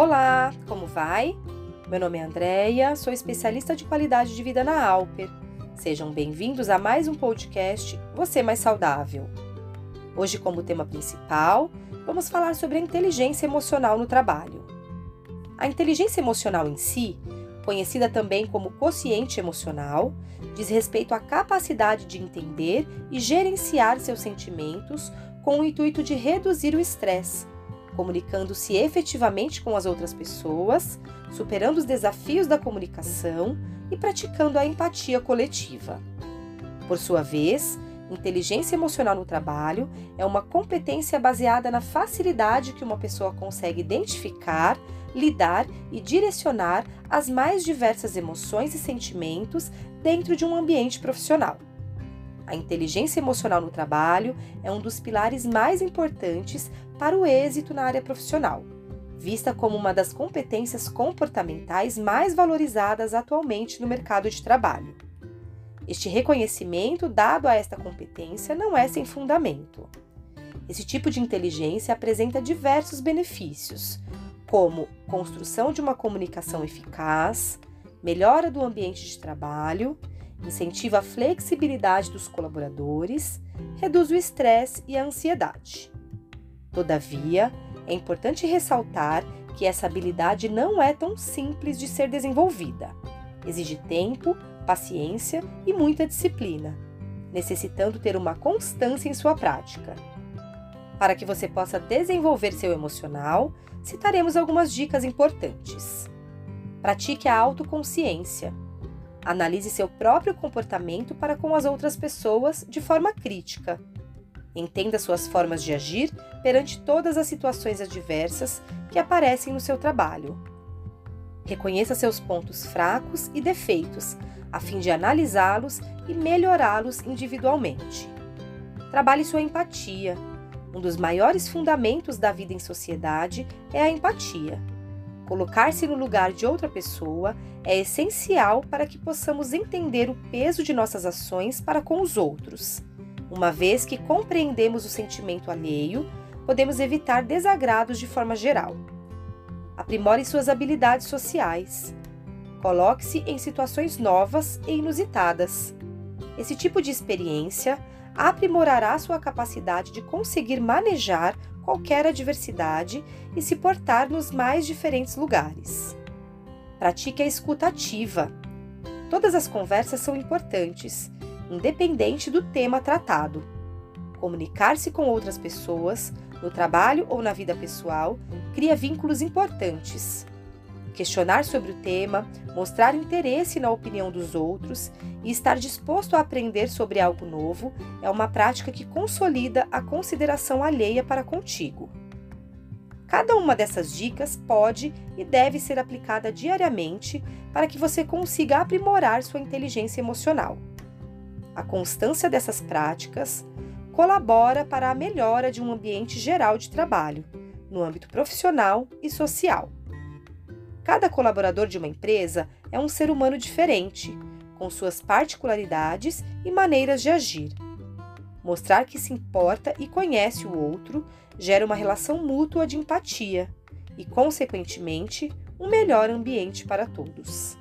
Olá, como vai? Meu nome é Andreia, sou especialista de qualidade de vida na Alper. Sejam bem-vindos a mais um podcast Você Mais Saudável. Hoje, como tema principal, vamos falar sobre a inteligência emocional no trabalho. A inteligência emocional em si, conhecida também como quociente emocional, diz respeito à capacidade de entender e gerenciar seus sentimentos com o intuito de reduzir o estresse, comunicando-se efetivamente com as outras pessoas, superando os desafios da comunicação e praticando a empatia coletiva. Por sua vez, inteligência emocional no trabalho é uma competência baseada na facilidade que uma pessoa consegue identificar, lidar e direcionar as mais diversas emoções e sentimentos dentro de um ambiente profissional. A inteligência emocional no trabalho é um dos pilares mais importantes para o êxito na área profissional, vista como uma das competências comportamentais mais valorizadas atualmente no mercado de trabalho. Este reconhecimento dado a esta competência não é sem fundamento. Esse tipo de inteligência apresenta diversos benefícios, como construção de uma comunicação eficaz, melhora do ambiente de trabalho, incentiva a flexibilidade dos colaboradores, reduz o estresse e a ansiedade. Todavia, é importante ressaltar que essa habilidade não é tão simples de ser desenvolvida. Exige tempo, paciência e muita disciplina, necessitando ter uma constância em sua prática. Para que você possa desenvolver seu emocional, citaremos algumas dicas importantes. Pratique a autoconsciência. Analise seu próprio comportamento para com as outras pessoas de forma crítica. Entenda suas formas de agir perante todas as situações adversas que aparecem no seu trabalho. Reconheça seus pontos fracos e defeitos, a fim de analisá-los e melhorá-los individualmente. Trabalhe sua empatia. Um dos maiores fundamentos da vida em sociedade é a empatia. Colocar-se no lugar de outra pessoa é essencial para que possamos entender o peso de nossas ações para com os outros. Uma vez que compreendemos o sentimento alheio, podemos evitar desagrados de forma geral. Aprimore suas habilidades sociais. Coloque-se em situações novas e inusitadas. Esse tipo de experiência aprimorará sua capacidade de conseguir manejar qualquer adversidade e se portar nos mais diferentes lugares. Pratique a escuta ativa. Todas as conversas são importantes, independente do tema tratado. Comunicar-se com outras pessoas, no trabalho ou na vida pessoal, cria vínculos importantes. Questionar sobre o tema, mostrar interesse na opinião dos outros e estar disposto a aprender sobre algo novo é uma prática que consolida a consideração alheia para contigo. Cada uma dessas dicas pode e deve ser aplicada diariamente para que você consiga aprimorar sua inteligência emocional. A constância dessas práticas colabora para a melhora de um ambiente geral de trabalho, no âmbito profissional e social. Cada colaborador de uma empresa é um ser humano diferente, com suas particularidades e maneiras de agir. Mostrar que se importa e conhece o outro gera uma relação mútua de empatia e, consequentemente, um melhor ambiente para todos.